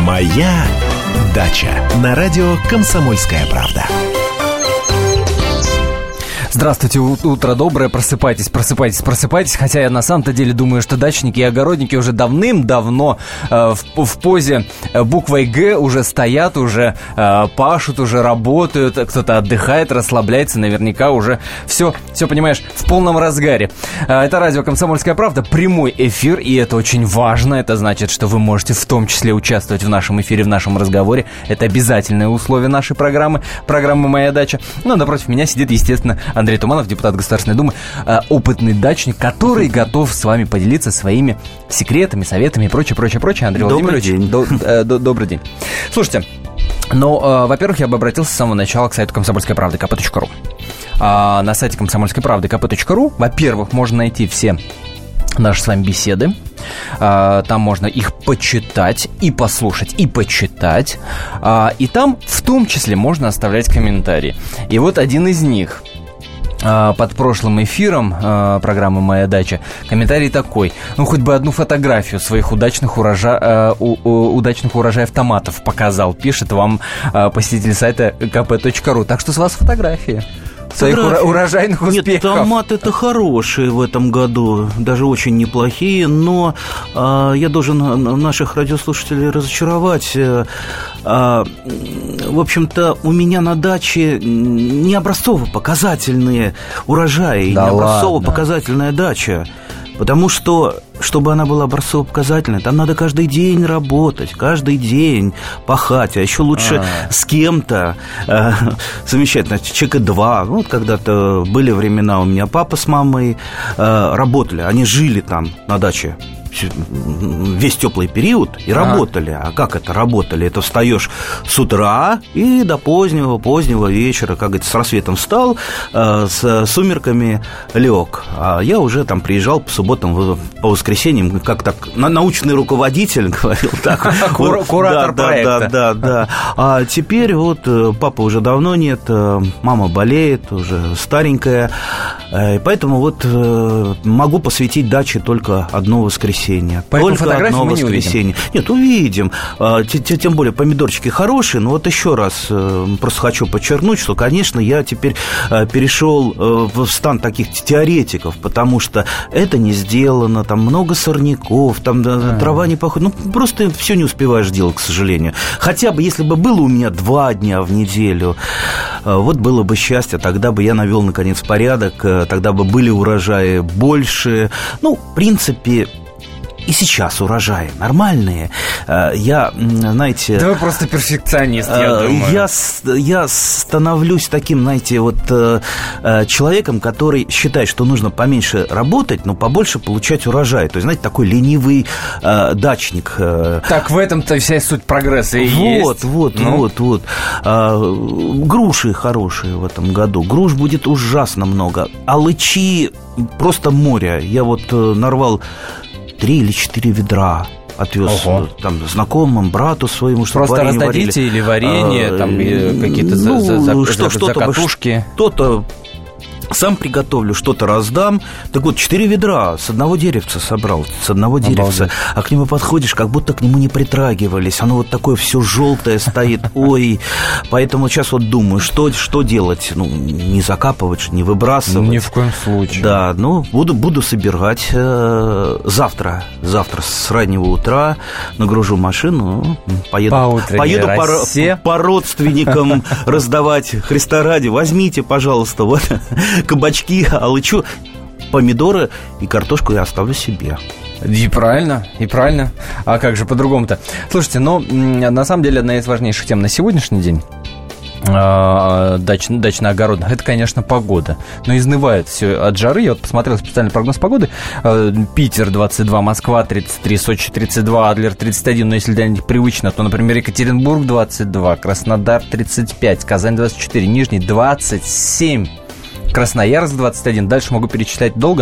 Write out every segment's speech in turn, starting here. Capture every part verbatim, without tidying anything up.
Моя дача на радио «Комсомольская правда». Здравствуйте, утро доброе, просыпайтесь, просыпайтесь, просыпайтесь. Хотя я на самом-то деле думаю, что дачники и огородники уже давным-давно э, в, в позе буквой «Г» уже стоят, уже э, пашут, уже работают. Кто-то отдыхает, расслабляется, наверняка уже все, все, понимаешь, в полном разгаре. Э, это радио «Комсомольская правда», прямой эфир, и это очень важно. Это значит, что вы можете в том числе участвовать в нашем эфире, в нашем разговоре. Это обязательное условие нашей программы, программы «Моя дача». Ну, напротив меня сидит, естественно, Андрей Туманов, депутат Государственной Думы, опытный дачник, который готов с вами поделиться своими секретами, советами и прочее, прочее, прочее. Андрей добрый Владимирович, день. До, э, до, добрый день. Слушайте, ну, э, во-первых, я бы обратился с самого начала к сайту «Комсомольской правды» ка пэ точка ру. А, на сайте «Комсомольской правды» ка пэ точка ру, во-первых, можно найти все наши с вами беседы. Там можно их почитать и послушать, и почитать. И там в том числе можно оставлять комментарии. И вот один из них. Под прошлым эфиром э, программы «Моя дача» комментарий такой: ну, хоть бы одну фотографию своих удачных, урожа... э, у, у, удачных урожаев томатов показал, пишет вам э, посетитель сайта ка пэ точка ру. Так что с вас фотографии своих ура- урожайных успехов. Нет, томаты-то хорошие в этом году, даже очень неплохие, но э, я должен наших радиослушателей разочаровать. Э, э, в общем-то, у меня на даче не образцово-показательные урожаи, да, не образцово-показательная дача. Потому что, чтобы она была образцово-показательной, там надо каждый день работать, каждый день пахать, а еще лучше А-а-а. с кем-то э, совмещать, значит, человека два. Ну, вот когда-то были времена, у меня папа с мамой э, работали, они жили там на даче весь теплый период и работали. А как это работали? Это встаешь с утра и до позднего, позднего вечера, как говорится, с рассветом встал, э, с сумерками лег. А я уже там приезжал по субботам, по воскресеньям, как так, научный руководитель, говорил так. Куратор проекта. Да, да, да. А теперь вот папы уже давно нет, мама болеет, уже старенькая, и поэтому вот могу посвятить даче только одно воскресенье. Поэтому Только фотографии одно мы не воскресенье. Нет, увидим. Тем более помидорчики хорошие. Но вот еще раз просто хочу подчеркнуть, что, конечно, я теперь перешел в стан таких теоретиков, потому что это не сделано, там много сорняков, там А-а-а. трава не походит. Ну, просто все не успеваешь делать, к сожалению. Хотя бы, если бы было у меня два дня в неделю, вот было бы счастье, тогда бы я навел, наконец, порядок, тогда бы были урожаи больше. Ну, в принципе... И сейчас урожаи нормальные. Я, знаете... Да вы просто перфекционист, я думаю. Я, я становлюсь таким, знаете, вот человеком, который считает, что нужно поменьше работать, но побольше получать урожай. То есть, знаете, такой ленивый дачник. Так в этом-то вся суть прогресса и вот, есть. Вот, ну. вот, вот. Груши хорошие в этом году. Груш будет ужасно много. Алычи просто море. Я вот нарвал... Три или четыре ведра отвез там знакомым, брату своему, чтобы просто варенье раздадите варили. Или варенье, а, там какие-то ну, за, за, что, за, что-то, закатушки. Что-то сам приготовлю, что-то раздам. Так вот, четыре ведра с одного деревца собрал, с одного деревца. Обалдеть. А к нему подходишь, как будто к нему не притрагивались. Оно вот такое все желтое стоит. Ой, поэтому сейчас вот думаю, что, что делать? Ну, не закапывать, не выбрасывать. Ни в коем случае. Да, ну, буду, буду собирать э, завтра. Завтра с раннего утра нагружу машину, поеду, поеду по, по родственникам раздавать. Христа ради, возьмите, пожалуйста, вот кабачки, алычу, помидоры и картошку я оставлю себе. И правильно, и правильно. А как же по-другому-то? Слушайте, ну, на самом деле, одна из важнейших тем на сегодняшний день дач, дачно-огородных, это, конечно, погода. Но изнывает все от жары. Я вот посмотрел специальный прогноз погоды. Питер двадцать два, Москва тридцать три, Сочи тридцать два, Адлер тридцать один. Но если для них привычно, то, например, Екатеринбург двадцать два, Краснодар тридцать пять, Казань двадцать четыре, Нижний двадцать семь, Красноярск двадцать один. Дальше могу перечислять долго.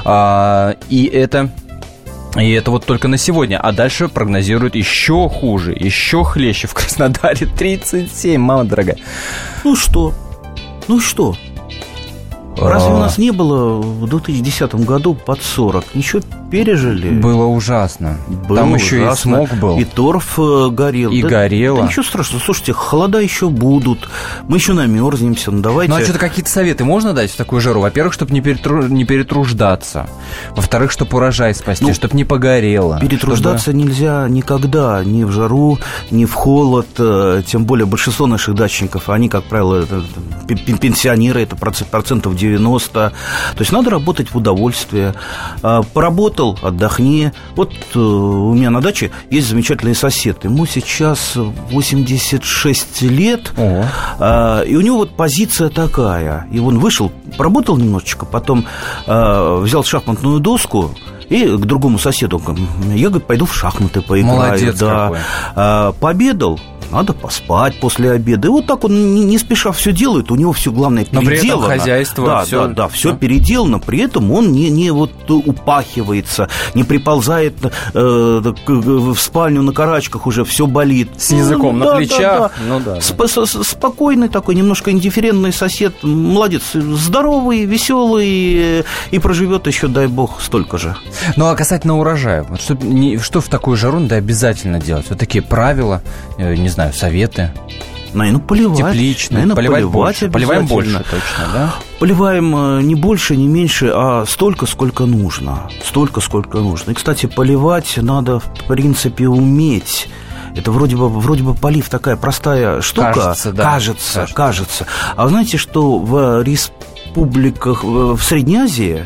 И это... И это вот только на сегодня. А дальше прогнозируют еще хуже, еще хлеще. В Краснодаре тридцать семь, мама дорогая. Ну что? Ну что? Разве у нас не было в две тысячи десятом году под сорок? Ничего, пережили? Было ужасно. Было Там еще ужасно. и смог был. И торф горел. И да, горело. Да ничего страшного. Слушайте, холода еще будут. Мы еще намерзнемся. Ну, давайте... Ну, а что-то какие-то советы можно дать в такую жару? Во-первых, чтобы не, перетру... не перетруждаться. Во-вторых, чтобы урожай спасти, ну, чтобы не погорело. Перетруждаться чтобы... нельзя никогда. Ни в жару, ни в холод. Тем более большинство наших дачников, они, как правило, пенсионеры, это процентов девяносто. То есть надо работать в удовольствие. Поработал, отдохни. Вот у меня на даче есть замечательный сосед. Ему сейчас восемьдесят шесть лет. Ого. И у него вот позиция такая. И он вышел, поработал немножечко, потом взял шахматную доску и к другому соседу: я, говорит, пойду в шахматы поиграю. Молодец да. какой. Пообедал. Надо поспать после обеда. И вот так он не, не спеша все делает. У него все, главное, переделано. Но при этом хозяйство да, все... Да, да, все да. переделано. При этом он не, не вот упахивается, не приползает э, в спальню на карачках, уже все болит. С языком ну, на да, плечах. Да, да. Ну, да, да. Спокойный такой, немножко индифферентный сосед. Молодец, здоровый, веселый. И проживет еще, дай бог, столько же. Ну, а касательно урожая. Вот что, не, что в такую жару надо обязательно делать? Вот такие правила, не знаю, советы. Наверное, поливать. Тепличные. Наверное, поливать поливать больше. Поливаем больше, точно, да? Поливаем не больше, не меньше, а столько, сколько нужно. Столько, сколько нужно. И, кстати, поливать надо, в принципе, уметь. Это вроде бы, вроде бы полив такая простая штука. Кажется, да. Кажется, кажется. кажется. А вы знаете, что в республиках, в Средней Азии,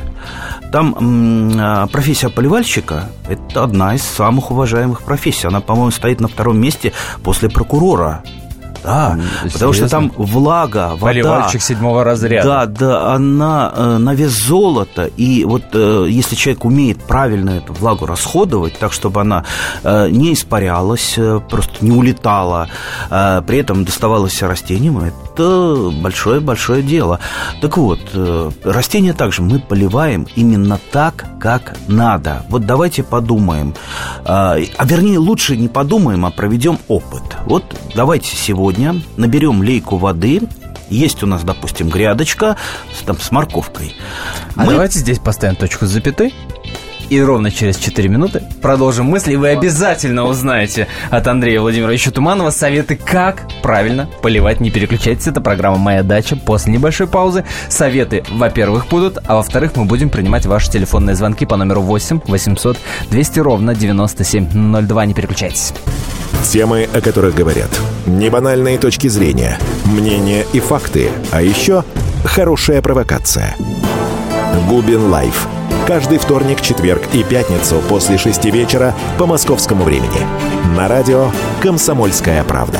там профессия поливальщика – это одна из самых уважаемых профессий. Она, по-моему, стоит на втором месте после прокурора. Да, mm, потому что там влага, вода. Поливальщик седьмого разряда. Да, да, она э, на вес золота. И вот э, если человек умеет правильно эту влагу расходовать, так, чтобы она э, не испарялась, э, просто не улетала, э, при этом доставалась растениям, это большое-большое дело. Так вот, э, растения также мы поливаем именно так, как надо. Вот давайте подумаем. Э, а вернее, лучше не подумаем, а проведем опыт. Вот давайте сегодня наберем лейку воды. Есть у нас, допустим, грядочка там, с морковкой. А Мы... давайте здесь поставим точку с запятой. И ровно через четыре минуты продолжим мысли. И вы обязательно узнаете от Андрея Владимировича Туманова советы, как правильно поливать. Не переключайтесь, это программа «Моя дача». После небольшой паузы советы, во-первых, будут, а во-вторых, мы будем принимать ваши телефонные звонки по номеру восемь восемьсот двести ровно девяносто семь ноль два. Не переключайтесь. Темы, о которых говорят. Небанальные точки зрения, мнения и факты. А еще хорошая провокация. Губин Лайф. Каждый вторник, четверг и пятницу после шести вечера по московскому времени. На радио «Комсомольская правда».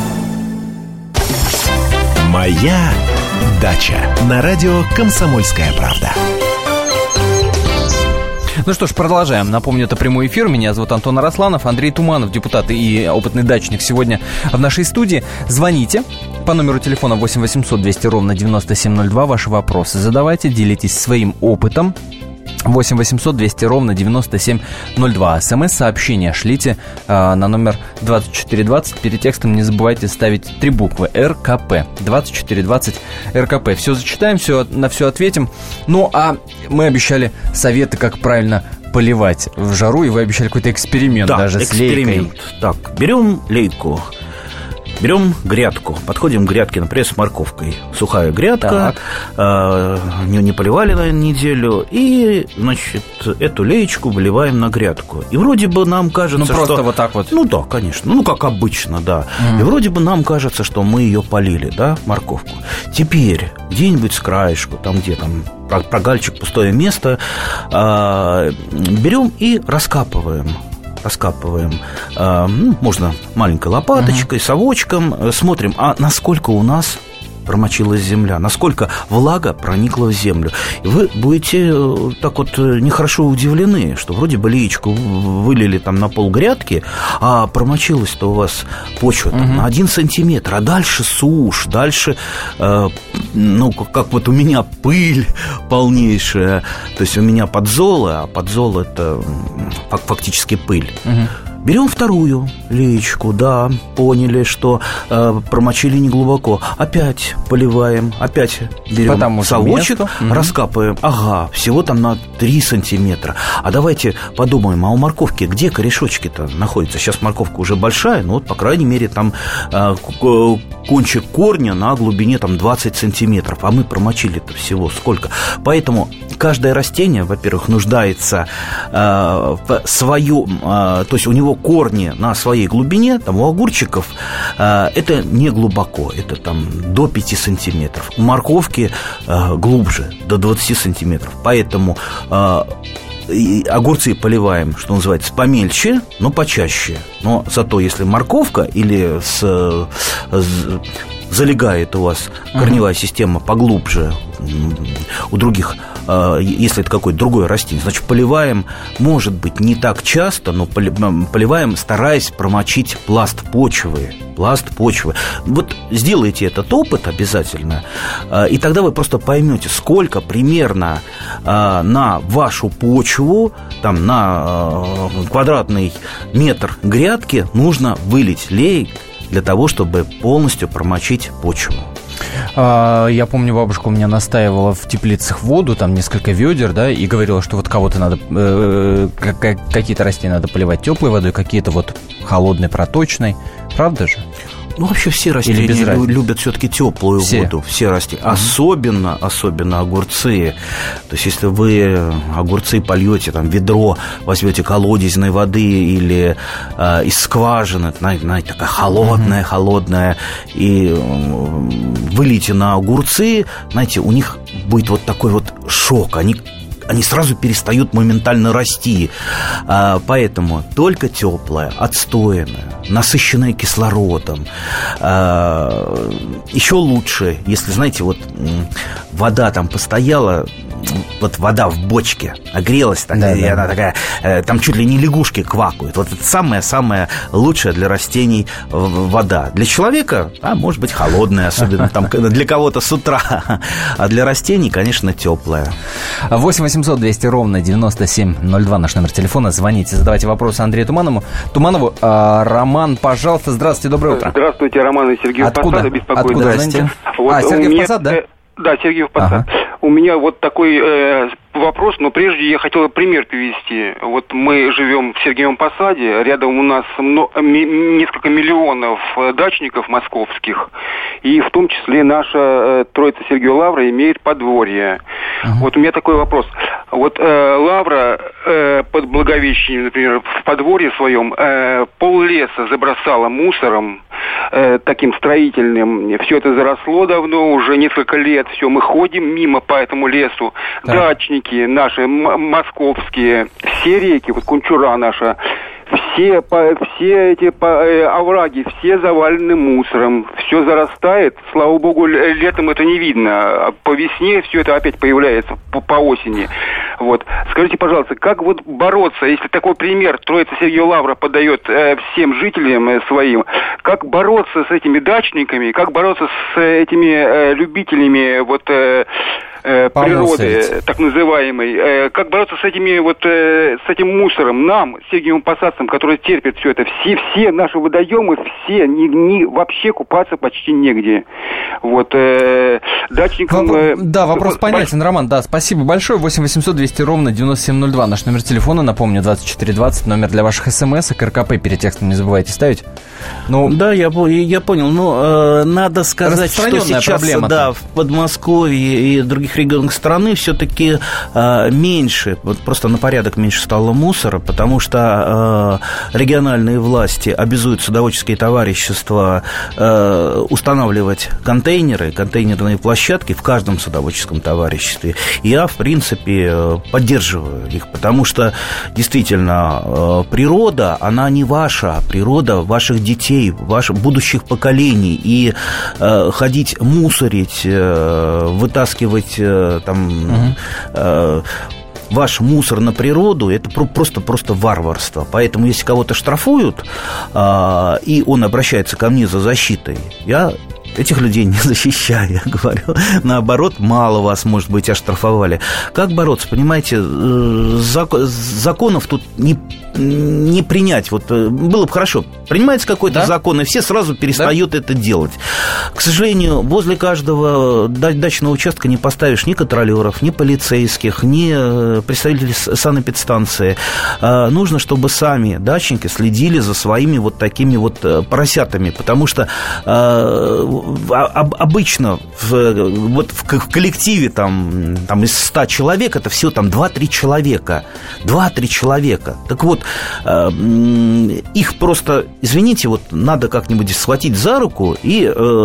«Моя дача» на радио «Комсомольская правда». Ну что ж, продолжаем. Напомню, это прямой эфир. Меня зовут Антон Арасланов. Андрей Туманов, депутат и опытный дачник, сегодня в нашей студии. Звоните по номеру телефона восемь восемьсот двести ровно девяносто семь ноль два. Ваши вопросы задавайте, делитесь своим опытом. восемь восемьсот двести ровно девяносто семь ноль два. СМС-сообщение шлите э, на номер двадцать четыре двадцать. Перед текстом не забывайте ставить три буквы эр ка пэ. двадцать четыре двадцать эр ка пэ. Все зачитаем, все, на все ответим. Ну, а мы обещали советы, как правильно поливать в жару. И вы обещали какой-то эксперимент, да, даже эксперимент. с лейкой. Так, берем лейку. Берем грядку, подходим к грядке, например, с морковкой. Сухая грядка, э, не, не поливали на неделю. И, значит, эту леечку выливаем на грядку. И вроде бы нам кажется, ну, что... Ну, просто вот так вот. Ну, да, конечно. Ну, как обычно, да. Mm. И вроде бы нам кажется, что мы ее полили, да, морковку. Теперь где-нибудь с краешку, там где там прогальчик, пустое место, э, берем и раскапываем. Раскапываем, э, ну, можно маленькой лопаточкой, uh-huh. совочком, смотрим, а насколько у нас промочилась земля, насколько влага проникла в землю. И вы будете так вот нехорошо удивлены, что вроде бы леечку вылили там на пол грядки, а промочилась-то у вас почва там, uh-huh. на один сантиметр, а дальше сушь, дальше, э, ну, как вот у меня пыль полнейшая, то есть у меня подзола, а подзола – это фактически пыль. Uh-huh. Берем вторую леечку, да, поняли, что э, промочили неглубоко. Опять поливаем, опять берем совочек, угу. раскапываем. Ага, всего там на три сантиметра. А давайте подумаем, а у морковки где корешочки-то находятся? Сейчас морковка уже большая, но вот, по крайней мере, там э, кончик корня на глубине там двадцать сантиметров. А мы промочили-то всего сколько? Поэтому каждое растение, во-первых, нуждается э, в свою... Э, то есть у него корни на своей глубине, там у огурчиков э, это не глубоко, это там до пяти сантиметров. У морковки э, глубже, до двадцати сантиметров. Поэтому э, огурцы поливаем, что называется, помельче, но почаще. Но зато если морковка или с, с, залегает у вас корневая uh-huh. система поглубже у других, если это какое-то другое растение, значит, поливаем, может быть, не так часто, но поливаем, стараясь промочить пласт почвы. Пласт почвы. Вот сделайте этот опыт обязательно, и тогда вы просто поймете, сколько примерно на вашу почву, там, на квадратный метр грядки нужно вылить лей для того, чтобы полностью промочить почву. Я помню, бабушка у меня настаивала в теплицах воду, там несколько ведер, да, и говорила, что вот кого-то надо, э, какие-то растения надо поливать теплой водой, какие-то вот холодной, проточной. Правда же? Ну, вообще все растения любят все-таки теплую все. воду. Все растения. Mm-hmm. Особенно, особенно огурцы. То есть, если вы огурцы польете, там, ведро, возьмете колодезной воды или э, из скважины, знаете, такая холодная, mm-hmm. холодная, и э, вылейте на огурцы, знаете, у них будет вот такой вот шок. Они... они сразу перестают моментально расти. А, поэтому только теплое, отстоянное, насыщенное кислородом. А, еще лучше, если, знаете, вот вода там постояла, вот вода в бочке огрелась, так, да, и да. она такая, там чуть ли не лягушки квакают. Вот это самое-самое лучшее для растений вода. Для человека, а может быть, холодная, особенно там для кого-то с утра. А для растений, конечно, теплая. восемь восемьсот двести ровно девяносто семь ноль два наш номер телефона. Звоните, задавайте вопросы Андрею Туманову. Туманову. А, Роман, пожалуйста, здравствуйте, доброе утро. Здравствуйте, Роман и Сергей Откуда? Посад. Откуда звоните? Вот а, Сергей меня... Посад, да? Да, Сергей Посад. Ага. У меня вот такой э, вопрос, но прежде я хотел пример привести. Вот мы живем в Сергиевом Посаде, рядом у нас много, ми, несколько миллионов дачников московских, и в том числе наша э, Троица Сергиева Лавра имеет подворье. Uh-huh. Вот у меня такой вопрос. Вот э, Лавра э, под Благовещением, например, в подворье своем э, пол леса забросала мусором, э, таким строительным. Все это заросло давно, уже несколько лет. Все, мы ходим мимо по этому лесу. Так. Дачники наши м- московские, все реки, вот Кунчура наша, все, по, все эти по, э, овраги, все завалены мусором, все зарастает. Слава богу, летом это не видно. По весне все это опять появляется, по, по осени. Вот. Скажите, пожалуйста, как вот бороться, если такой пример Троица Сергиева Лавра подает э, всем жителям э, своим, как бороться с этими дачниками, как бороться с э, этими э, любителями вот... Э, природы, так называемой, как бороться с этими вот с этим мусором нам, Сергиевым Посадцам, которые терпят все это, все, все наши водоемы, все, ни, ни, вообще купаться почти негде. Вот, э, дачникам... Э, да, вопрос э, понятен, Роман, да, спасибо большое. восемь восемьсот двести ровно девяносто семь ноль два наш номер телефона, напомню, двадцать четыре двадцать, номер для ваших смс-ок, РКП перед текстом не забывайте ставить. Ну, да, я, я понял, но э, надо сказать, что сейчас, да, в Подмосковье и других регионах страны все-таки э, меньше, вот просто на порядок меньше стало мусора, потому что э, региональные власти обязуют садоводческие товарищества э, устанавливать контейнеры, контейнерные площадки в каждом садоводческом товариществе. Я, в принципе, поддерживаю их, потому что действительно э, природа, она не ваша, природа ваших детей, ваших будущих поколений, и э, ходить мусорить, э, вытаскивать там угу. э, ваш мусор на природу, это просто, просто варварство. Поэтому, если кого-то штрафуют, э, и он обращается ко мне за защитой, я этих людей не защищаю, я говорю. Наоборот, мало вас, может быть, оштрафовали. Как бороться? Понимаете, законов тут не не принять. Вот было бы хорошо. Принимается какой-то да? закон, и все сразу перестают да? это делать. К сожалению, возле каждого дачного участка не поставишь ни контролеров, ни полицейских, ни представителей санэпидстанции. Нужно, чтобы сами дачники следили за своими вот такими вот поросятами, потому что обычно в, вот в коллективе там, там из ста человек это все там два-три человека. два-три человека. Так вот, их просто, извините, вот надо как-нибудь схватить за руку и,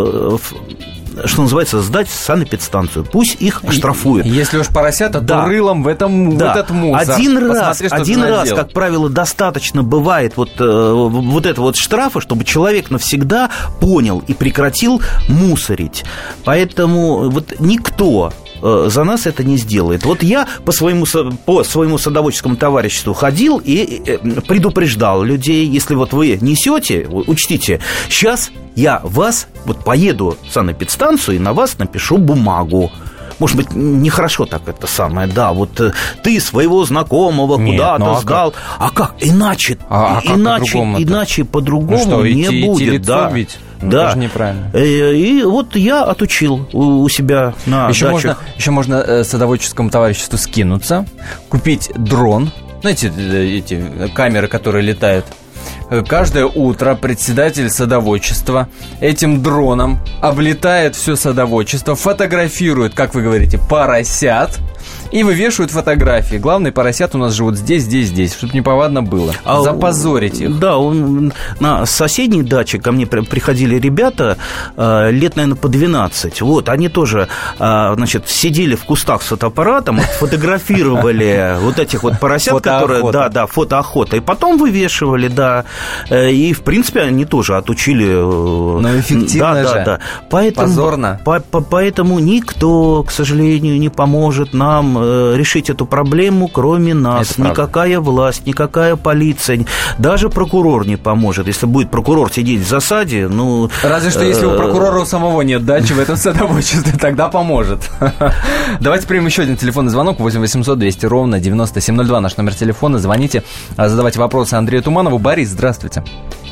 что называется, сдать в санэпидстанцию. Пусть их оштрафуют. Если уж поросята, да. то рылом в, этом, да. в этот мусор. Один раз, один раз как правило, достаточно бывает вот, вот этого вот штрафа, чтобы человек навсегда понял и прекратил мусорить. Поэтому вот никто за нас это не сделает. Вот я по своему, по своему садоводческому товариществу ходил и предупреждал людей, если вот вы несете, учтите, сейчас я вас, вот поеду в санэпидстанцию и на вас напишу бумагу. Может быть, нехорошо так это самое, да, вот ты своего знакомого Нет, куда-то ну, а сдал. Как? А как? Иначе, а, а иначе, как иначе по-другому ну что, не идти, будет. Идти да. Бить? Ну, да. Это же неправильно. И, и вот я отучил у, у себя на еще дачах. Можно, еще можно э, садоводческому товариществу скинуться, купить дрон, знаете, эти камеры, которые летают. Каждое утро председатель садоводчества этим дроном облетает все садоводчество, фотографирует, как вы говорите, поросят и вывешивают фотографии. Главное, поросят у нас живут здесь, здесь, здесь, чтобы неповадно было. А запозорить их. Да, он, на соседней даче ко мне приходили ребята лет, наверное, по двенадцать. Вот, они тоже, значит, сидели в кустах с фотоаппаратом, фотографировали вот этих вот поросят, которые... Да, да, фотоохота. И потом вывешивали, да. И, в принципе, они тоже отучили... Но эффективно да, же. Да, да. Поэтому, позорно. По, по, поэтому никто, к сожалению, не поможет нам решить эту проблему, кроме нас. Это никакая правда. Власть, никакая полиция, даже прокурор не поможет. Если будет прокурор сидеть в засаде, ну... Разве что, если у прокурора у самого нет дачи в этом садоводчестве, тогда поможет. Давайте примем еще один телефонный звонок. восемь восемьсот двести ровно девяносто семь ноль два. Наш номер телефона. Звоните, задавайте вопросы Андрею Туманову. Борис, здравствуйте.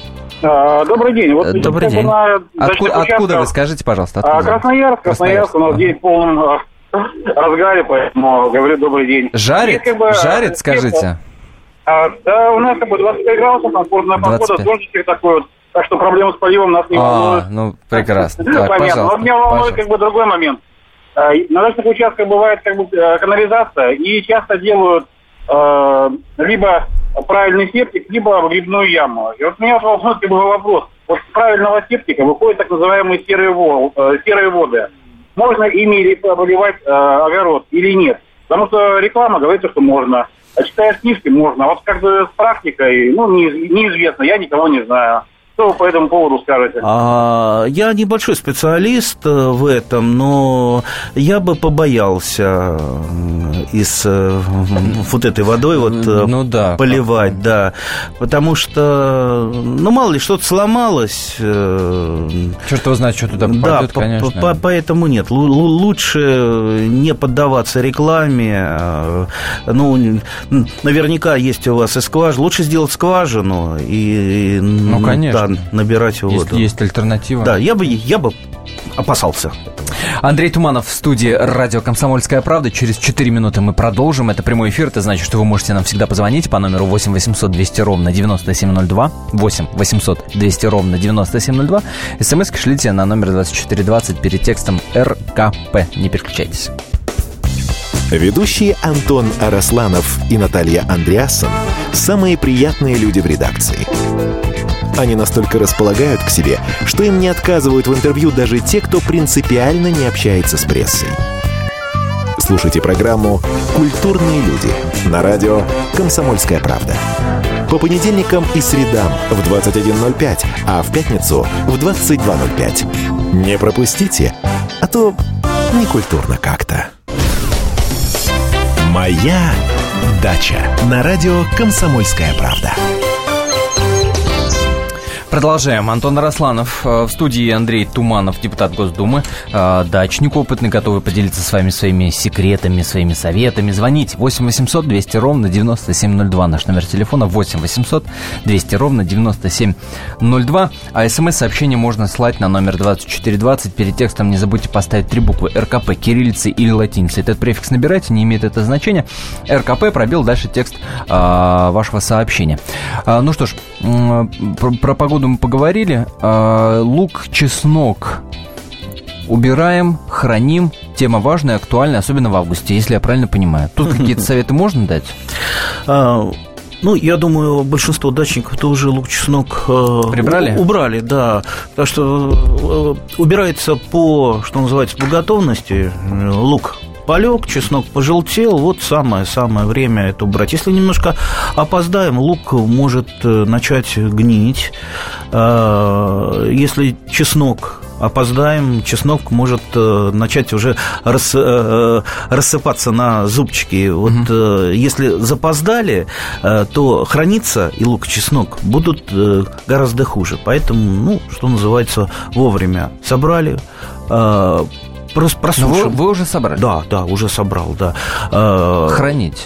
Добрый день. Вот Добрый день. Откуда, откуда вы, скажите, пожалуйста? Откуда? Красноярск, Красноярск. У нас день в полном разгаре, поэтому говорю добрый день. Жарит? Как бы, Жарит, скажите? А, да, у нас как бы двадцать пять градусов, комфортная погода, дождичек такой вот. Так что проблемы с поливом нас не волнуют. А, ну, прекрасно. Так, понятно. Но меня волнует как бы другой момент. На дачных участках бывает как бы канализация, и часто делают э, либо правильный септик, либо грибную яму. И вот меня волнует как бы вопрос. Вот с правильного септика выходят так называемые серые, вол, э, серые воды. Можно ими поливать э, огород или нет? Потому что реклама говорит, что можно. А читаешь книжки, можно. А вот как бы с практикой, ну, не, неизвестно, я никого не знаю. Что вы по этому поводу скажете? А, я небольшой специалист в этом, но я бы побоялся из вот этой водой вот ну, да, поливать, как... да, потому что, ну, мало ли, что-то сломалось. Черт его знает, что туда попадет, да, конечно. По- по- поэтому нет, Л- лучше не поддаваться рекламе. Ну, наверняка есть у вас и скважина, лучше сделать скважину и... Ну, конечно. Да, набирать воду. Есть, есть альтернатива. Да, я бы, я бы опасался. Андрей Туманов в студии радио «Комсомольская правда». Через четыре минуты мы продолжим. Это прямой эфир. Это значит, что вы можете нам всегда позвонить по номеру восемь восемьсот двести ровно девяносто семь ноль два. восемь восемьсот двести ровно девяносто семь ноль два. СМС-ки шлите на номер двадцать четыре двадцать перед текстом эр ка пэ. Не переключайтесь. Ведущие Антон Арасланов и Наталья Андреасон – самые приятные люди в редакции. Они настолько располагают к себе, что им не отказывают в интервью даже те, кто принципиально не общается с прессой. Слушайте программу «Культурные люди» на радио «Комсомольская правда». По понедельникам и средам в двадцать один ноль пять, а в пятницу в двадцать два ноль пять. Не пропустите, а то некультурно как-то. «Моя дача» на радио «Комсомольская правда». Продолжаем. Антон Арасланов в студии, Андрей Туманов, депутат Госдумы, дачник опытный, готовый поделиться с вами своими секретами, своими советами. Звоните восемь восемьсот двести ровно девяносто семь ноль два. Наш номер телефона восемь восемьсот двести ровно девяносто семь ноль два. А смс-сообщение можно слать на номер двадцать четыре двадцать. Перед текстом не забудьте поставить три буквы эр ка пэ, кириллицей или латиницей. Этот префикс набирайте, не имеет это значения. эр ка пэ, пробел, дальше текст а, вашего сообщения. А, ну что ж, про, про погоду мы поговорили. А, лук, чеснок убираем, храним. Тема важная, актуальная, особенно в августе, если я правильно понимаю. Тут какие-то советы можно дать? А, ну, я думаю, большинство дачников-то уже лук-чеснок прибрали? Убрали, да. Потому что убирается по, что называется, по готовности. Лук полег, чеснок пожелтел, вот самое-самое время это убрать. Если немножко опоздаем, лук может начать гнить. Если чеснок опоздаем, чеснок может начать уже рас, рассыпаться на зубчики. Вот mm-hmm. если запоздали, то храниться и лук, и чеснок будут гораздо хуже. Поэтому, ну, что называется, вовремя собрали. Просто просушим. Вы, вы уже собрали? Да, да, уже собрал, да. Хранить?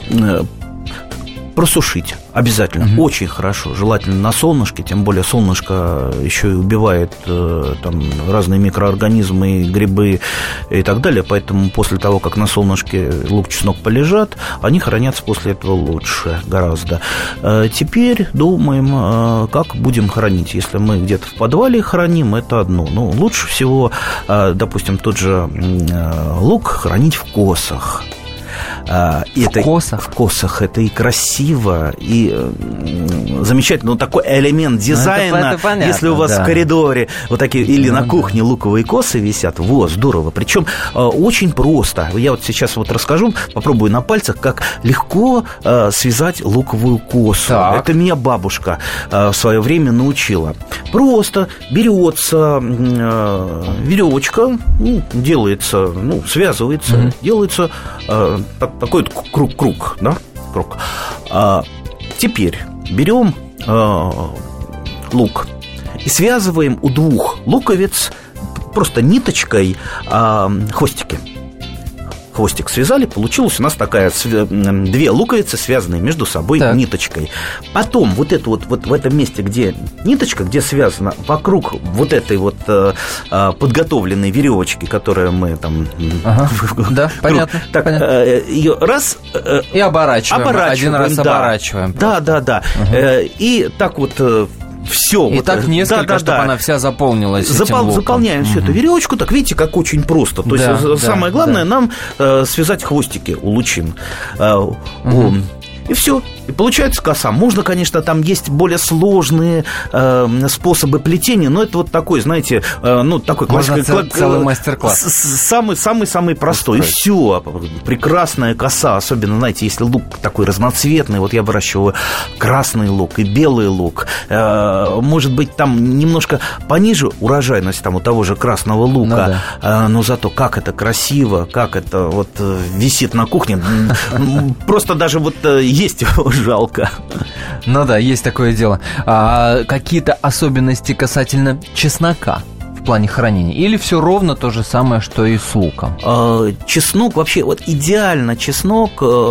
Просушить обязательно, угу. Очень хорошо, желательно на солнышке, тем более солнышко еще и убивает там разные микроорганизмы, грибы и так далее, поэтому после того, как на солнышке лук, чеснок полежат, они хранятся после этого лучше гораздо. Теперь думаем, как будем хранить. Если мы где-то в подвале храним, это одно. Ну, лучше всего, допустим, тот же лук хранить в косах. И в это, косах? В косах. Это и красиво, и э, замечательно. Ну, такой элемент дизайна. Это, это понятно, если у вас да. в коридоре вот такие, или ну, на кухне да. луковые косы висят, во, здорово. Причем э, очень просто. Я вот сейчас вот расскажу, попробую на пальцах, как легко э, связать луковую косу. Так. Это меня бабушка э, в свое время научила. Просто берется э, веревочка, ну, делается, ну, связывается, mm-hmm. делается э, такой круг-круг, да, круг. А теперь берем э, лук и связываем у двух луковиц просто ниточкой э, хвостики. Хвостик связали, получилась у нас такая две луковицы, связанные между собой так. ниточкой. Потом вот это вот, вот в этом месте, где ниточка, где связана, вокруг вот этой вот э, подготовленной веревочки, которую мы там... Ага. Да, понятно. Так, понятно. Э, ее раз... Э, и оборачиваем. оборачиваем. Один раз да. оборачиваем. Да, да, да. Угу. Э, и так вот... Все. И вот, так несколько, да, да, чтобы да. она вся заполнилась Запол- этим луком. Заполняем угу. всю эту веревочку. Так видите, как очень просто. То да, есть да, самое главное да. нам э, связать хвостики у лучин. Э, угу. у, и все. И получается коса. Можно, конечно, там есть более сложные э, способы плетения, но это вот такой, знаете, э, ну, такой классический... Можно целый мастер-класс. Самый-самый-самый простой. Устроить. И все. Прекрасная коса. Особенно, знаете, если лук такой разноцветный. Вот я выращиваю красный лук и белый лук. Э, может быть, там немножко пониже урожайность там у того же красного лука. Ну, да. э, но зато как это красиво, как это вот висит на кухне. Просто даже вот есть его жалко. Ну да, есть такое дело. А какие-то особенности касательно чеснока в плане хранения? Или все ровно то же самое, что и с луком? Чеснок вообще, вот идеально чеснок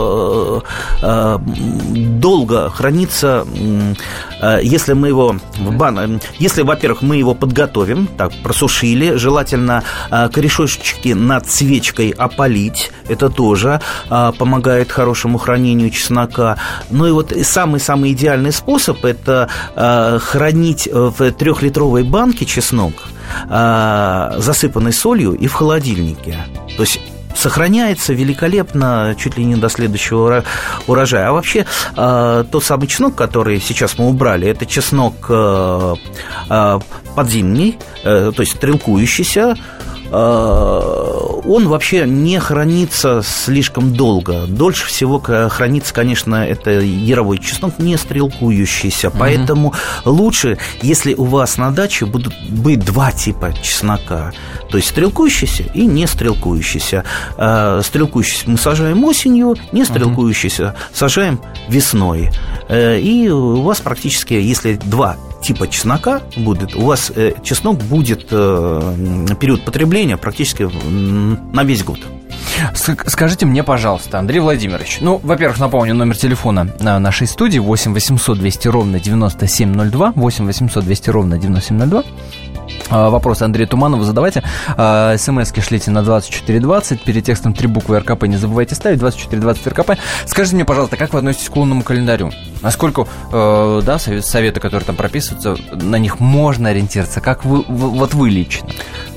долго хранится, если мы его в бан... если, во-первых, мы его подготовим, так, просушили, желательно корешочки над свечкой опалить, это тоже помогает хорошему хранению чеснока. Ну и вот самый-самый идеальный способ – это хранить в трехлитровой банке чеснок, засыпанной солью и в холодильнике. То есть сохраняется великолепно чуть ли не до следующего урожая. А вообще тот самый чеснок, который сейчас мы убрали, это чеснок подзимний, то есть стрелкующийся. Он вообще не хранится слишком долго. Дольше всего хранится, конечно, это яровой чеснок, не стрелкующийся. Uh-huh. Поэтому лучше, если у вас на даче будут быть два типа чеснока. То есть стрелкующийся и не стрелкующийся. Стрелкующийся мы сажаем осенью, не стрелкующийся uh-huh. сажаем весной. И у вас практически, если два типа чеснока будет, у вас чеснок будет период потребления практически на весь год. Скажите мне, пожалуйста, Андрей Владимирович, ну, во-первых, напомню, номер телефона нашей студии восемь восемьсот двести ровно девяносто семь ноль два, восемь восемьсот двести ровно девяносто семь ноль два. Вопросы Андрею Туманову задавайте. СМСки шлите на двадцать четыре двадцать. Перед текстом три буквы РКП не забывайте ставить. двадцать четыре двадцать РКП. Скажите мне, пожалуйста, как вы относитесь к лунному календарю? Насколько, э, да, советы, которые там прописываются, на них можно ориентироваться? Как вы, вы вот вы лично?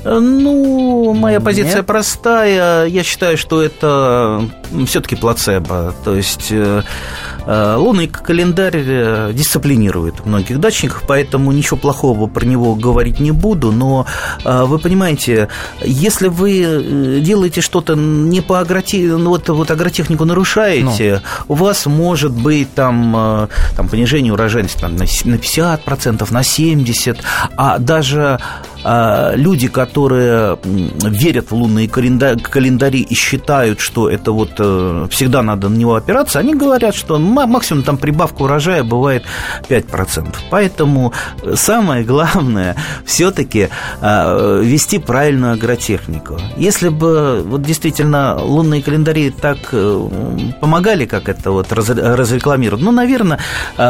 Ну, моя позиция Нет? простая. Я считаю, что это все-таки плацебо. То есть э, э, лунный календарь дисциплинирует многих дачников, поэтому ничего плохого про него говорить не буду. Но э, вы понимаете, если вы делаете что-то не по агротехнике, ну, вот, вот агротехнику нарушаете, ну. у вас может быть там, э, там понижение урожайности там, на пятьдесят процентов, на семьдесят процентов, а даже э, люди, которые верят в лунные календари и считают, что это вот э, всегда надо на него опираться, они говорят, что максимум там прибавка урожая бывает пять процентов. Поэтому самое главное все-таки э, вести правильную агротехнику. Если бы вот действительно лунные календари так э, помогали, как это вот раз, разрекламируют, ну, наверное,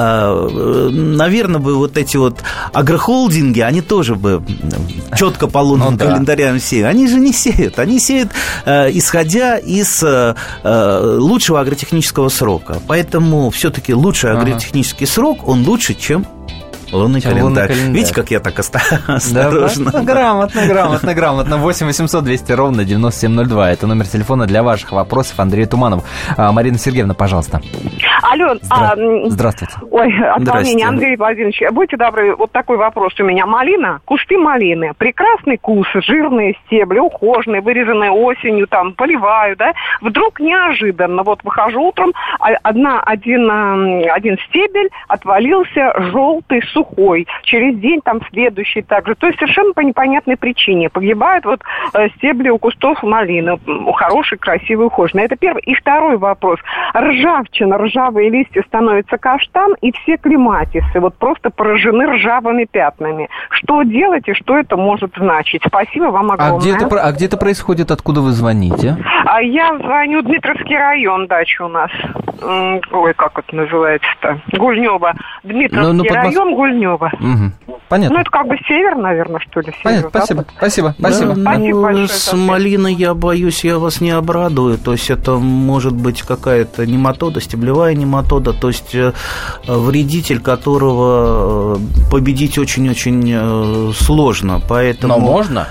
э, наверное бы вот эти вот агрохолдинги, они тоже бы четко по лунным ну, календарям да. сеют. Они же не сеют. Они сеют, э, исходя из э, лучшего агротехнического срока. Поэтому все-таки лучший ага. агротехнический срок, он лучше, чем лунный календарь. лунный календарь. Видите, как я так осторожно? Да, грамотно, грамотно, грамотно. восемь восемьсот двести ровно девяносто семь ноль два. Это номер телефона для ваших вопросов. Андрей Туманов. Марина Сергеевна, пожалуйста. Алло. Здра... А, Здравствуйте. Ой, от волнения, Андрей Владимирович, будьте добры, вот такой вопрос у меня. Малина, кусты малины, прекрасный куст, жирные стебли, ухоженные, вырезанные осенью, там, поливаю, да. Вдруг неожиданно, вот выхожу утром, одна, один, один стебель отвалился желтый, сухой. Через день там следующий также. То есть совершенно по непонятной причине. Погибают вот э, стебли у кустов малины. Хороший, красивый, ухоженный. Это первый. И второй вопрос. Ржавчина, ржавые листья становятся каштан, и все клематисы вот просто поражены ржавыми пятнами. Что делать и что это может значить? Спасибо вам огромное. А где это, а где это происходит? Откуда вы звоните? А я звоню, Дмитровский район, дача у нас. Ой, как это называется-то? Гульнева. Дмитровский ну, ну, район, под... Гульнева. Угу. Понятно. Ну, это как бы север, наверное, что ли? Север, Понятно, да? спасибо, спасибо, спасибо. Да, спасибо ну, большое. С малиной, я боюсь, я вас не обрадую. То есть это может быть какая-то нематода, стеблевая нематода, то есть вредитель, которого победить очень-очень сложно. Поэтому... Но можно?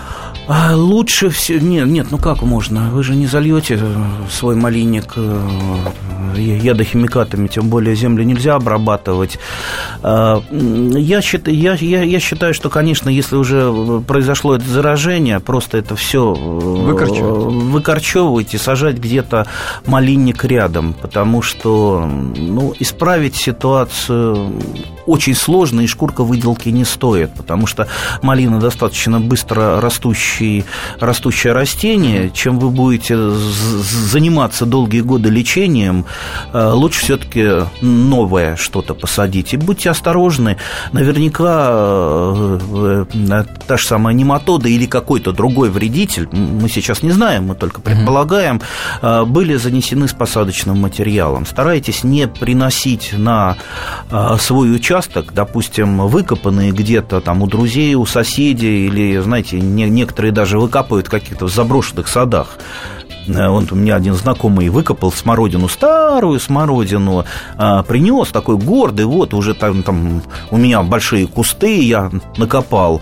А лучше все... Нет, нет, ну как можно? Вы же не зальете свой малинник ядохимикатами, тем более землю нельзя обрабатывать. Я считаю, я, я, я считаю, что, конечно, если уже произошло это заражение, просто это все выкорчевывать и сажать где-то малинник рядом, потому что ну, исправить ситуацию очень сложно, и шкурка выделки не стоит, потому что малина достаточно быстро растущий, растущее растение. Чем вы будете заниматься долгие годы лечением, лучше все-таки новое что-то посадить. И будьте осторожны, наверняка та же самая нематода или какой-то другой вредитель, мы сейчас не знаем, мы только предполагаем, были занесены с посадочным материалом. Старайтесь не приносить на свой участок, допустим, выкопанные где-то там у друзей, у соседей, или, знаете, не, некоторые даже выкапывают в каких-то заброшенных садах. Вот у меня один знакомый выкопал смородину, старую смородину, принес такой гордый, вот уже там, там у меня большие кусты я накопал,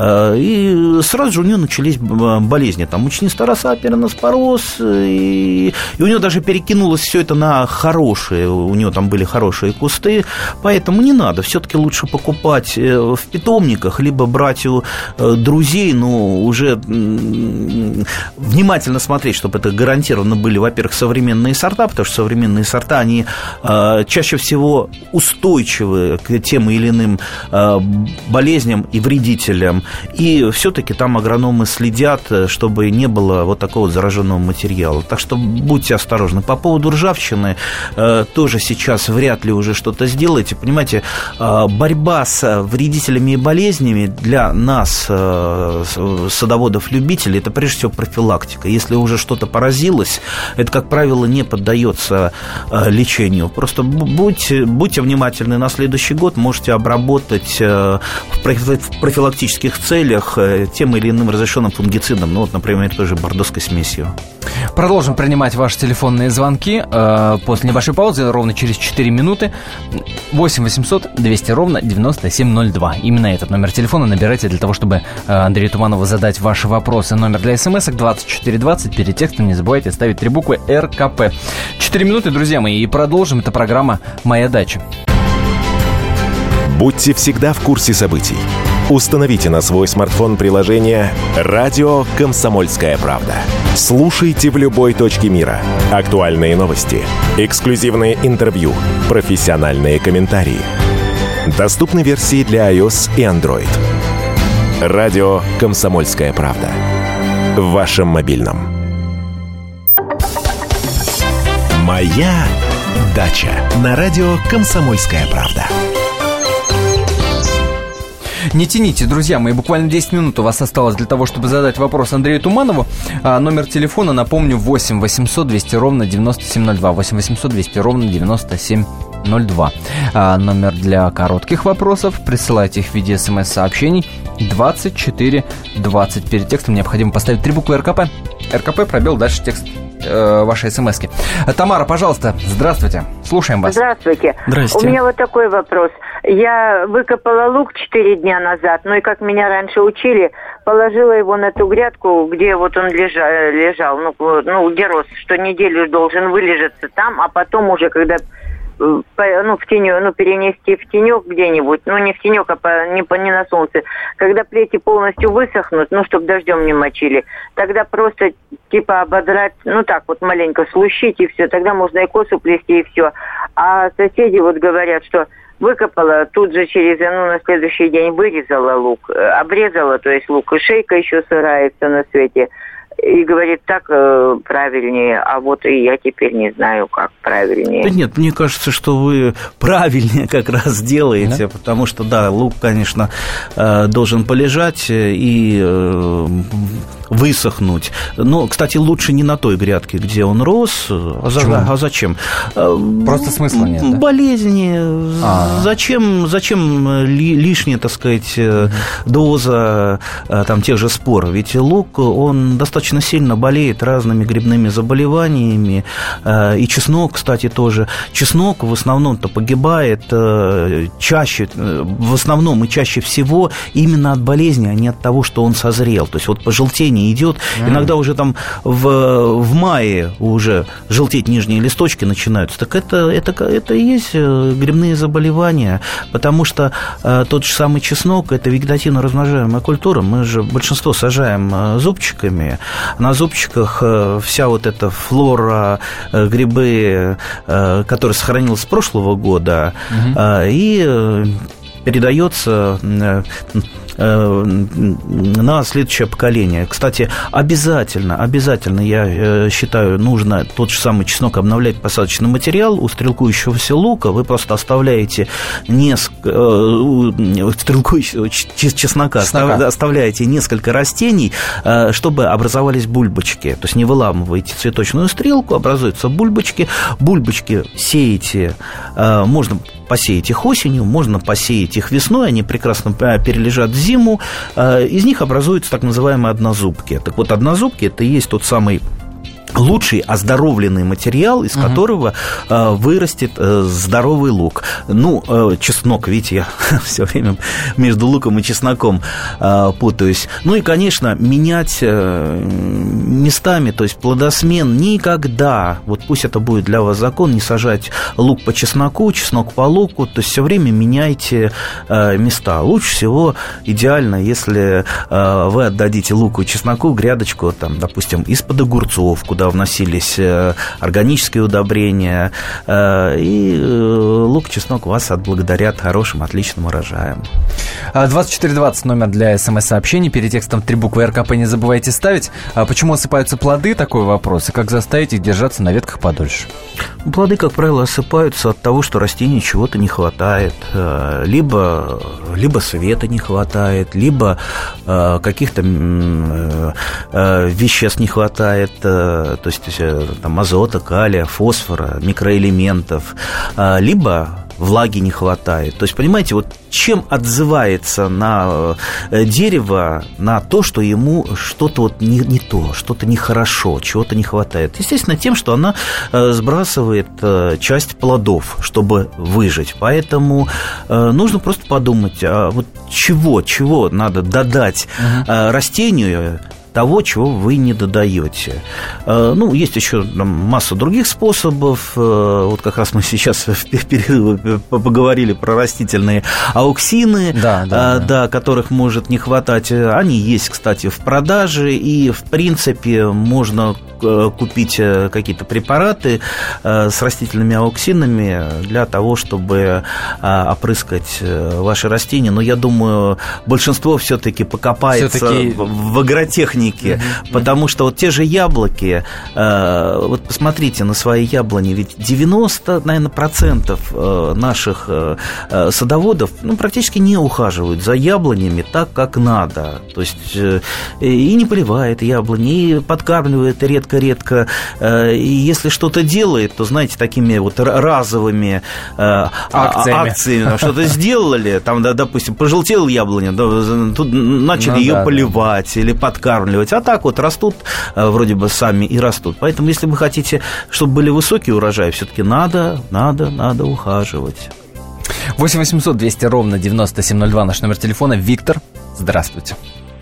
и сразу же у него начались болезни, там мучнистая роса, пероноспороз, и, и у него даже перекинулось все это на хорошие, у него там были хорошие кусты, поэтому не надо, все-таки лучше покупать в питомниках, либо брать у друзей, но уже внимательно смотреть, чтобы это гарантированно были, во-первых, современные сорта, потому что современные сорта, они э, чаще всего устойчивы к тем или иным э, болезням и вредителям. И все-таки там агрономы следят, чтобы не было вот такого зараженного материала. Так что будьте осторожны. По поводу ржавчины э, тоже сейчас вряд ли уже что-то сделаете. Понимаете, э, борьба с вредителями и болезнями для нас, э, садоводов-любителей, это прежде всего профилактика. Если уже что-то поразилось, это, как правило, не поддается э, лечению. Просто будьте, будьте внимательны на следующий год, можете обработать э, в профилактических целях э, тем или иным разрешенным фунгицидом, ну вот, например, тоже бордоской смесью. Продолжим принимать ваши телефонные звонки э, после небольшой паузы, ровно через четыре минуты. восемь восемьсот двести ровно девяносто семь ноль два. Именно этот номер телефона набирайте для того, чтобы э, Андрею Туманову задать ваши вопросы. Номер для смс-ок двадцать четыре двадцать. Перед текстом не забывайте ставить три буквы эр ка пэ. Четыре минуты, друзья мои, и продолжим. Это программа «Моя дача». Будьте всегда в курсе событий. Установите на свой смартфон приложение «Радио Комсомольская правда». Слушайте в любой точке мира. Актуальные новости, эксклюзивные интервью, профессиональные комментарии. Доступны версии для iOS и Android. «Радио Комсомольская правда». В вашем мобильном. «Моя дача» на радио «Комсомольская правда». Не тяните, друзья мои, буквально десять минут у вас осталось для того, чтобы задать вопрос Андрею Туманову. А, номер телефона, напомню, восемь восемьсот двести ровно девяносто семь ноль два. восемь восемьсот двести ровно девяносто семь ноль два. А, номер для коротких вопросов. Присылайте их в виде смс-сообщений двадцать четыре двадцать. Перед текстом необходимо поставить три буквы эр ка пэ. эр ка пэ, пробел, дальше текст э, вашей смс-ки. Тамара, пожалуйста, здравствуйте. Слушаем вас. Здравствуйте. Здравствуйте. У меня вот такой вопрос. Я выкопала лук четыре дня назад, ну и как меня раньше учили, положила его на ту грядку, где вот он лежал, лежал ну, ну, где рос, что неделю должен вылежаться там, а потом уже, когда ну, в теню, ну, перенести в тенек где-нибудь, ну, не в тенек, а по, не, по, не на солнце, когда плети полностью высохнут, ну, чтобы дождем не мочили, тогда просто, типа, ободрать, ну, так вот маленько слущить, и все, тогда можно и косу плести, и все. А соседи вот говорят, что выкопала, тут же через, ну, на следующий день вырезала лук, обрезала, то есть лук, и шейка еще сырая, все на свете. И говорит, так э, правильнее, а вот и я теперь не знаю, как правильнее. Да нет, мне кажется, что вы правильнее как раз делаете, да? Потому что, да, лук, конечно, э, должен полежать и э, высохнуть. Но, кстати, лучше не на той грядке, где он рос. А, за, а зачем? Просто смысла нет, да? Болезни. А-а-а. Зачем, зачем лишняя, так сказать, доза там, тех же спор? Ведь лук, он достаточно сильно болеет разными грибными заболеваниями. И чеснок, кстати, тоже. Чеснок в основном-то погибает чаще, в основном и чаще всего именно от болезни, а не от того, что он созрел. То есть вот пожелтение идет. Mm. Иногда уже там в, в мае уже желтеть нижние листочки начинаются. Так это, это, это и есть грибные заболевания, потому что э, тот же самый чеснок – это вегетативно размножаемая культура. Мы же большинство сажаем э, зубчиками. На зубчиках э, вся вот эта флора, э, грибы, э, которая сохранилась с прошлого года, mm-hmm. э, и э, передается э, на следующее поколение. Кстати, обязательно, обязательно, я считаю, нужно тот же самый чеснок обновлять посадочный материал. У стрелкующегося лука вы просто оставляете несколько стрелкующего чеснока, чеснока. Оставляете несколько растений, чтобы образовались бульбочки. То есть не выламываете цветочную стрелку, образуются бульбочки. Бульбочки сеете, можно посеять их осенью, можно посеять их весной, они прекрасно перележат зиму, из них образуются так называемые однозубки. Так вот, однозубки – это и есть тот самый лучший оздоровленный материал, из uh-huh. которого э, вырастет э, здоровый лук. Ну, э, чеснок, видите, я все время между луком и чесноком э, путаюсь. Ну и, конечно, менять э, местами, то есть плодосмен никогда, вот пусть это будет для вас закон, не сажать лук по чесноку, чеснок по луку, то есть все время меняйте э, места. Лучше всего, идеально, если э, вы отдадите луку и чесноку грядочку, там, допустим, из-под огурцов, куда туда вносились органические удобрения, и лук, чеснок вас отблагодарят хорошим, отличным урожаем. двадцать четыре двадцать номер для смс-сообщений. Перед текстом три буквы эр ка пэ не забывайте ставить. Почему осыпаются плоды? Такой вопрос. И как заставить их держаться на ветках подольше? Плоды, как правило, осыпаются от того, что растению чего-то не хватает. Либо, либо света не хватает, либо каких-то веществ не хватает, то есть там, азота, калия, фосфора, микроэлементов, либо влаги не хватает. То есть, понимаете, вот чем отзывается на дерево, на то, что ему что-то вот не, не то, что-то нехорошо, чего-то не хватает? Естественно, тем, что она сбрасывает часть плодов, чтобы выжить. Поэтому нужно просто подумать, а вот чего, чего надо додать uh-huh. растению, того, чего вы не додаете. Ну, есть еще масса других способов. Вот как раз мы сейчас в перерыве поговорили про растительные ауксины, да, да, да. Да, которых может не хватать. Они есть, кстати, в продаже, и, в принципе, можно купить какие-то препараты с растительными ауксинами для того, чтобы опрыскать ваши растения. Но я думаю, большинство все-таки покопается все-таки... в агротехнике. Mm-hmm. Потому что вот те же яблоки, э, вот посмотрите на свои яблони, ведь девяносто, наверное, процентов наших э, садоводов ну, практически не ухаживают за яблонями так, как надо. То есть э, и не поливает яблони, и подкармливает редко-редко. Э, и если что-то делает, то, знаете, такими вот разовыми э, акциями, акциями что-то сделали, там, да, допустим, пожелтела яблоня, да, тут начали ну, ее да, поливать да. или подкармливать. А так вот растут, вроде бы сами и растут. Поэтому, если вы хотите, чтобы были высокие урожаи, все-таки надо, надо, надо ухаживать. восемь восемьсот двести ровно девяносто семь ноль два наш номер телефона. Виктор, здравствуйте.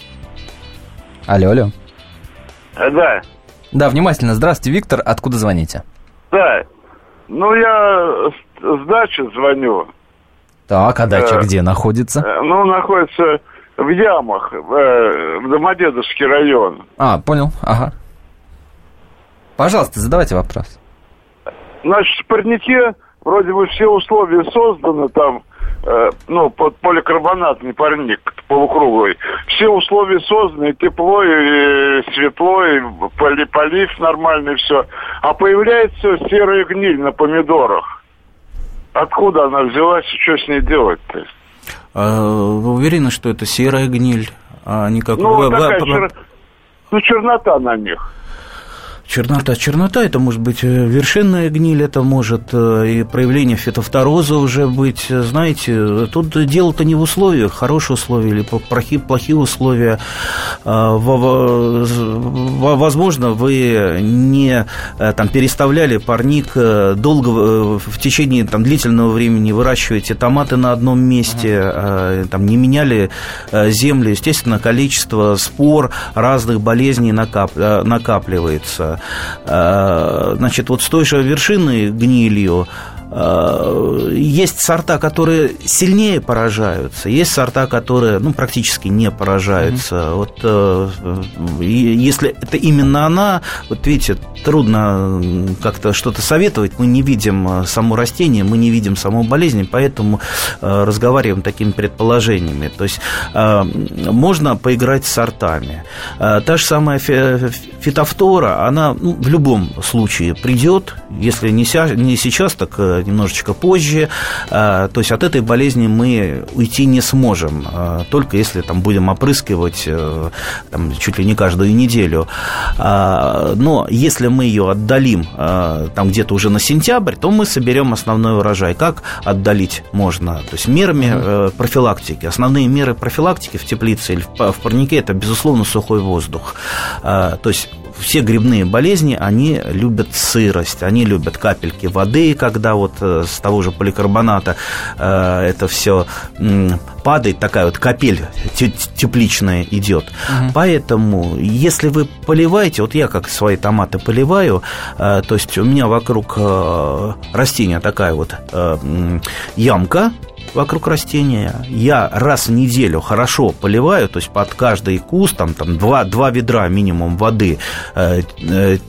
Алло, алло. Да. Да, внимательно. Здравствуйте, Виктор. Откуда звоните? Да. Ну, я с дачи звоню. Так, а дача э, где находится? Ну, находится... В Ямах, в Домодедовский район. А, понял, ага. Пожалуйста, задавайте вопрос. Значит, в парнике вроде бы все условия созданы, там, э, ну, под поликарбонатный парник полукруглый. Все условия созданы, и тепло, и светло, и полив нормальный, все. А появляется серая гниль на помидорах. Откуда она взялась и что с ней делать-то? Вы уверены, что это серая гниль, а не как... Ну, такая чер... ну, чернота на них. Чернота. Чернота – это может быть вершинная гниль, это может и проявление фитофтороза уже быть. Знаете, тут дело-то не в условиях, хорошие условия или плохие, плохие условия. Возможно, вы не там, переставляли парник долго, в течение там, длительного времени выращиваете томаты на одном месте, там, не меняли землю. Естественно, количество спор разных болезней накап... накапливается. Значит, вот с той же вершиной гнилью есть сорта, которые сильнее поражаются, есть сорта, которые ну, практически не поражаются. Mm-hmm. Вот, э, если это именно она, вот видите, трудно как-то что-то советовать, мы не видим само растение, мы не видим саму болезнь, поэтому э, разговариваем такими предположениями. То есть э, можно поиграть с сортами. Э, та же самая фитофтора, она ну, в любом случае придет, если не, ся, не сейчас, так немножечко позже. То есть от этой болезни мы уйти не сможем, только если там, будем опрыскивать там, чуть ли не каждую неделю. Но если мы ее отдалим там, где-то уже на сентябрь, то мы соберем основной урожай. Как отдалить можно? То есть мерами профилактики. Основные меры профилактики в теплице или в парнике – это, безусловно, сухой воздух. То есть все грибные болезни, они любят сырость, они любят капельки воды, когда вот с того же поликарбоната э, это все э, падает, такая вот капель тепличная идет. Угу. Поэтому, если вы поливаете, вот я как свои томаты поливаю, э, то есть у меня вокруг э, растения такая вот э, ямка, вокруг растения. Я раз в неделю хорошо поливаю, то есть под каждый куст там, там два, два ведра минимум воды э, э,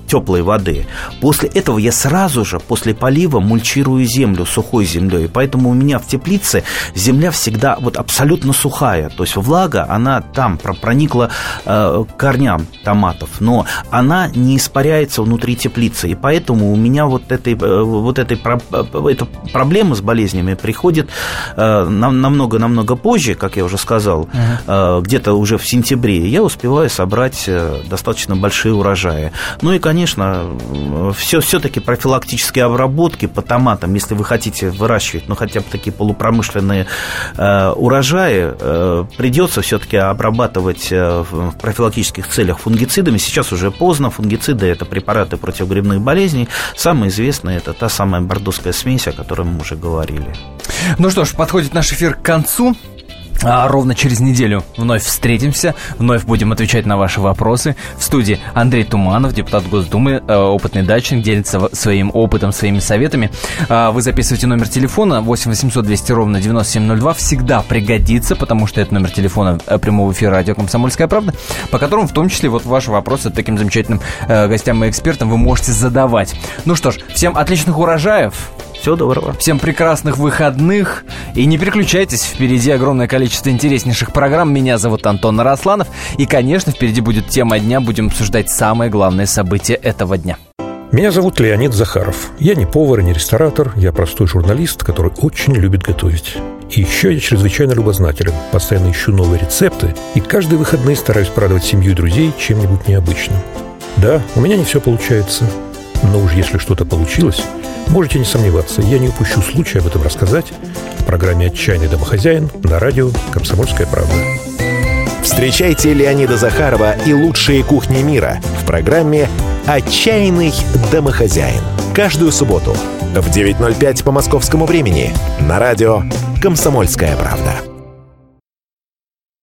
теплой воды. После этого я сразу же, после полива, мульчирую землю сухой землей. Поэтому у меня в теплице земля всегда вот абсолютно сухая. То есть влага, она там проникла э, к корням томатов, но она не испаряется внутри теплицы. И поэтому у меня вот, этой, вот этой, эта проблема с болезнями приходит э, намного-намного позже, как я уже сказал, uh-huh. э, где-то уже в сентябре. Я успеваю собрать э, достаточно большие урожаи. Ну и, конечно, все, все-таки профилактические обработки по томатам, если вы хотите выращивать, ну, хотя бы такие полупромышленные э, урожаи, э, придется все-таки обрабатывать э, в профилактических целях фунгицидами. Сейчас уже поздно. Фунгициды – это препараты против грибных болезней. Самое известное – это та самая бордоская смесь, о которой мы уже говорили. Ну что ж, подходит наш эфир к концу. А ровно через неделю вновь встретимся, вновь будем отвечать на ваши вопросы. В студии Андрей Туманов, депутат Госдумы, опытный дачник, делится своим опытом, своими советами. Вы записываете номер телефона восемь восемьсот двести ровно девяносто семь ноль два. Всегда пригодится, потому что это номер телефона прямого эфира радио «Комсомольская правда», по которому в том числе вот ваши вопросы таким замечательным гостям и экспертам вы можете задавать. Ну что ж, всем отличных урожаев. Всего доброго. Всем прекрасных выходных. И не переключайтесь, впереди огромное количество интереснейших программ. Меня зовут Антон Арасланов. И, конечно, впереди будет тема дня. Будем обсуждать самые главные события этого дня. Меня зовут Леонид Захаров. Я не повар и не ресторатор. Я простой журналист, который очень любит готовить. И еще я чрезвычайно любознателен. Постоянно ищу новые рецепты. И каждые выходные стараюсь порадовать семью и друзей чем-нибудь необычным. Да, у меня не все получается. Но уж если что-то получилось, можете не сомневаться, я не упущу случая об этом рассказать в программе «Отчаянный домохозяин» на радио «Комсомольская правда». Встречайте Леонида Захарова и лучшие кухни мира в программе «Отчаянный домохозяин». Каждую субботу в девять ноль пять по московскому времени на радио «Комсомольская правда».